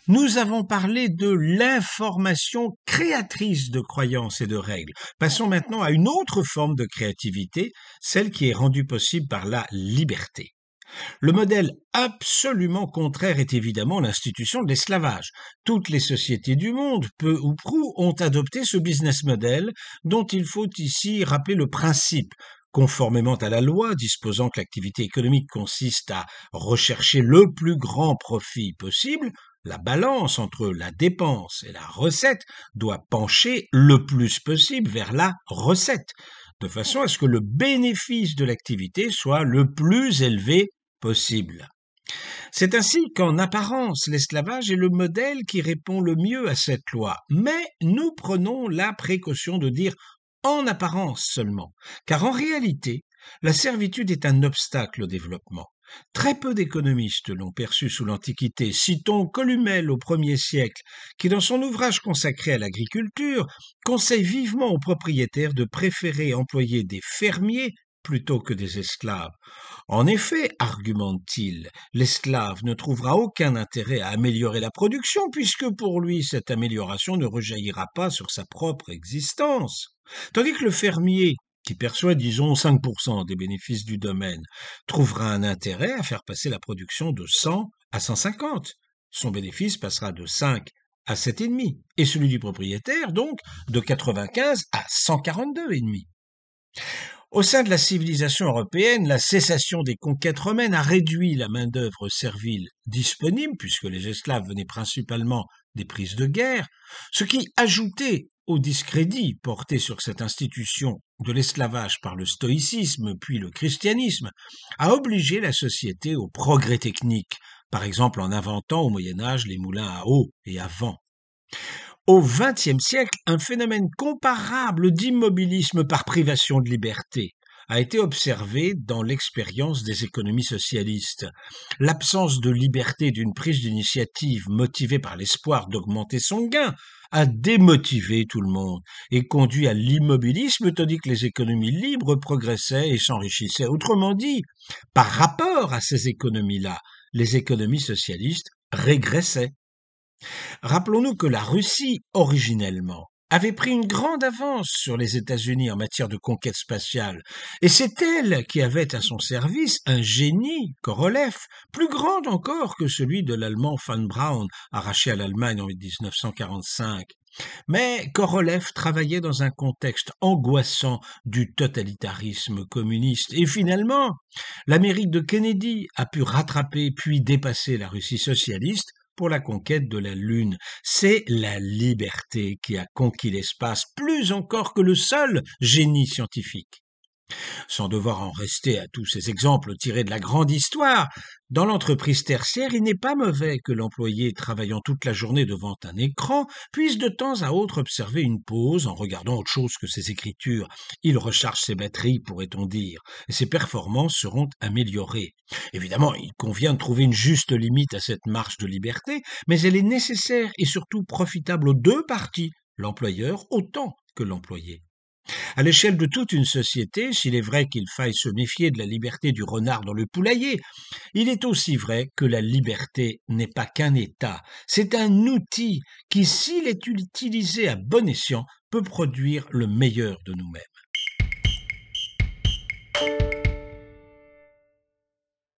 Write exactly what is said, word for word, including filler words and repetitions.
Nous avons parlé de l'information créatrice de croyances et de règles. Passons maintenant à une autre forme de créativité, celle qui est rendue possible par la liberté. Le modèle absolument contraire est évidemment l'institution de l'esclavage. Toutes les sociétés du monde, peu ou prou, ont adopté ce business model dont il faut ici rappeler le principe. Conformément à la loi disposant que l'activité économique consiste à rechercher le plus grand profit possible, la balance entre la dépense et la recette doit pencher le plus possible vers la recette, de façon à ce que le bénéfice de l'activité soit le plus élevé possible. C'est ainsi qu'en apparence, l'esclavage est le modèle qui répond le mieux à cette loi, mais nous prenons la précaution de dire en apparence seulement, car en réalité, la servitude est un obstacle au développement. Très peu d'économistes l'ont perçu sous l'Antiquité. Citons Columelle au premier siècle, qui dans son ouvrage consacré à l'agriculture conseille vivement aux propriétaires de préférer employer des fermiers plutôt que des esclaves. En effet, argumente-t-il, l'esclave ne trouvera aucun intérêt à améliorer la production puisque pour lui cette amélioration ne rejaillira pas sur sa propre existence. Tandis que le fermier, qui perçoit, disons, cinq pour cent des bénéfices du domaine, trouvera un intérêt à faire passer la production de cent à cent cinquante. Son bénéfice passera de cinq à sept virgule cinq et celui du propriétaire, donc, de quatre-vingt-quinze à cent quarante-deux virgule cinq. Au sein de la civilisation européenne, la cessation des conquêtes romaines a réduit la main-d'œuvre servile disponible, puisque les esclaves venaient principalement des prises de guerre, ce qui, ajouté au discrédit porté sur cette institution de l'esclavage par le stoïcisme puis le christianisme, a obligé la société au progrès technique, par exemple en inventant au Moyen Âge les moulins à eau et à vent. Au vingtième siècle, un phénomène comparable d'immobilisme par privation de liberté a été observé dans l'expérience des économies socialistes. L'absence de liberté d'une prise d'initiative motivée par l'espoir d'augmenter son gain a démotivé tout le monde et conduit à l'immobilisme tandis que les économies libres progressaient et s'enrichissaient. Autrement dit, par rapport à ces économies-là, les économies socialistes régressaient. Rappelons-nous que la Russie, originellement, avait pris une grande avance sur les États-Unis en matière de conquête spatiale, et c'est elle qui avait à son service un génie, Korolev, plus grand encore que celui de l'Allemand von Braun, arraché à l'Allemagne en dix-neuf cent quarante-cinq. Mais Korolev travaillait dans un contexte angoissant du totalitarisme communiste, et finalement, l'Amérique de Kennedy a pu rattraper puis dépasser la Russie socialiste pour la conquête de la Lune. C'est la liberté qui a conquis l'espace, plus encore que le seul génie scientifique. Sans devoir en rester à tous ces exemples tirés de la grande histoire, dans l'entreprise tertiaire, il n'est pas mauvais que l'employé travaillant toute la journée devant un écran puisse de temps à autre observer une pause en regardant autre chose que ses écritures. Il recharge ses batteries, pourrait-on dire, et ses performances seront améliorées. Évidemment, il convient de trouver une juste limite à cette marche de liberté, mais elle est nécessaire et surtout profitable aux deux parties, l'employeur autant que l'employé. À l'échelle de toute une société, s'il est vrai qu'il faille se méfier de la liberté du renard dans le poulailler, il est aussi vrai que la liberté n'est pas qu'un état, c'est un outil qui, s'il est utilisé à bon escient, peut produire le meilleur de nous-mêmes.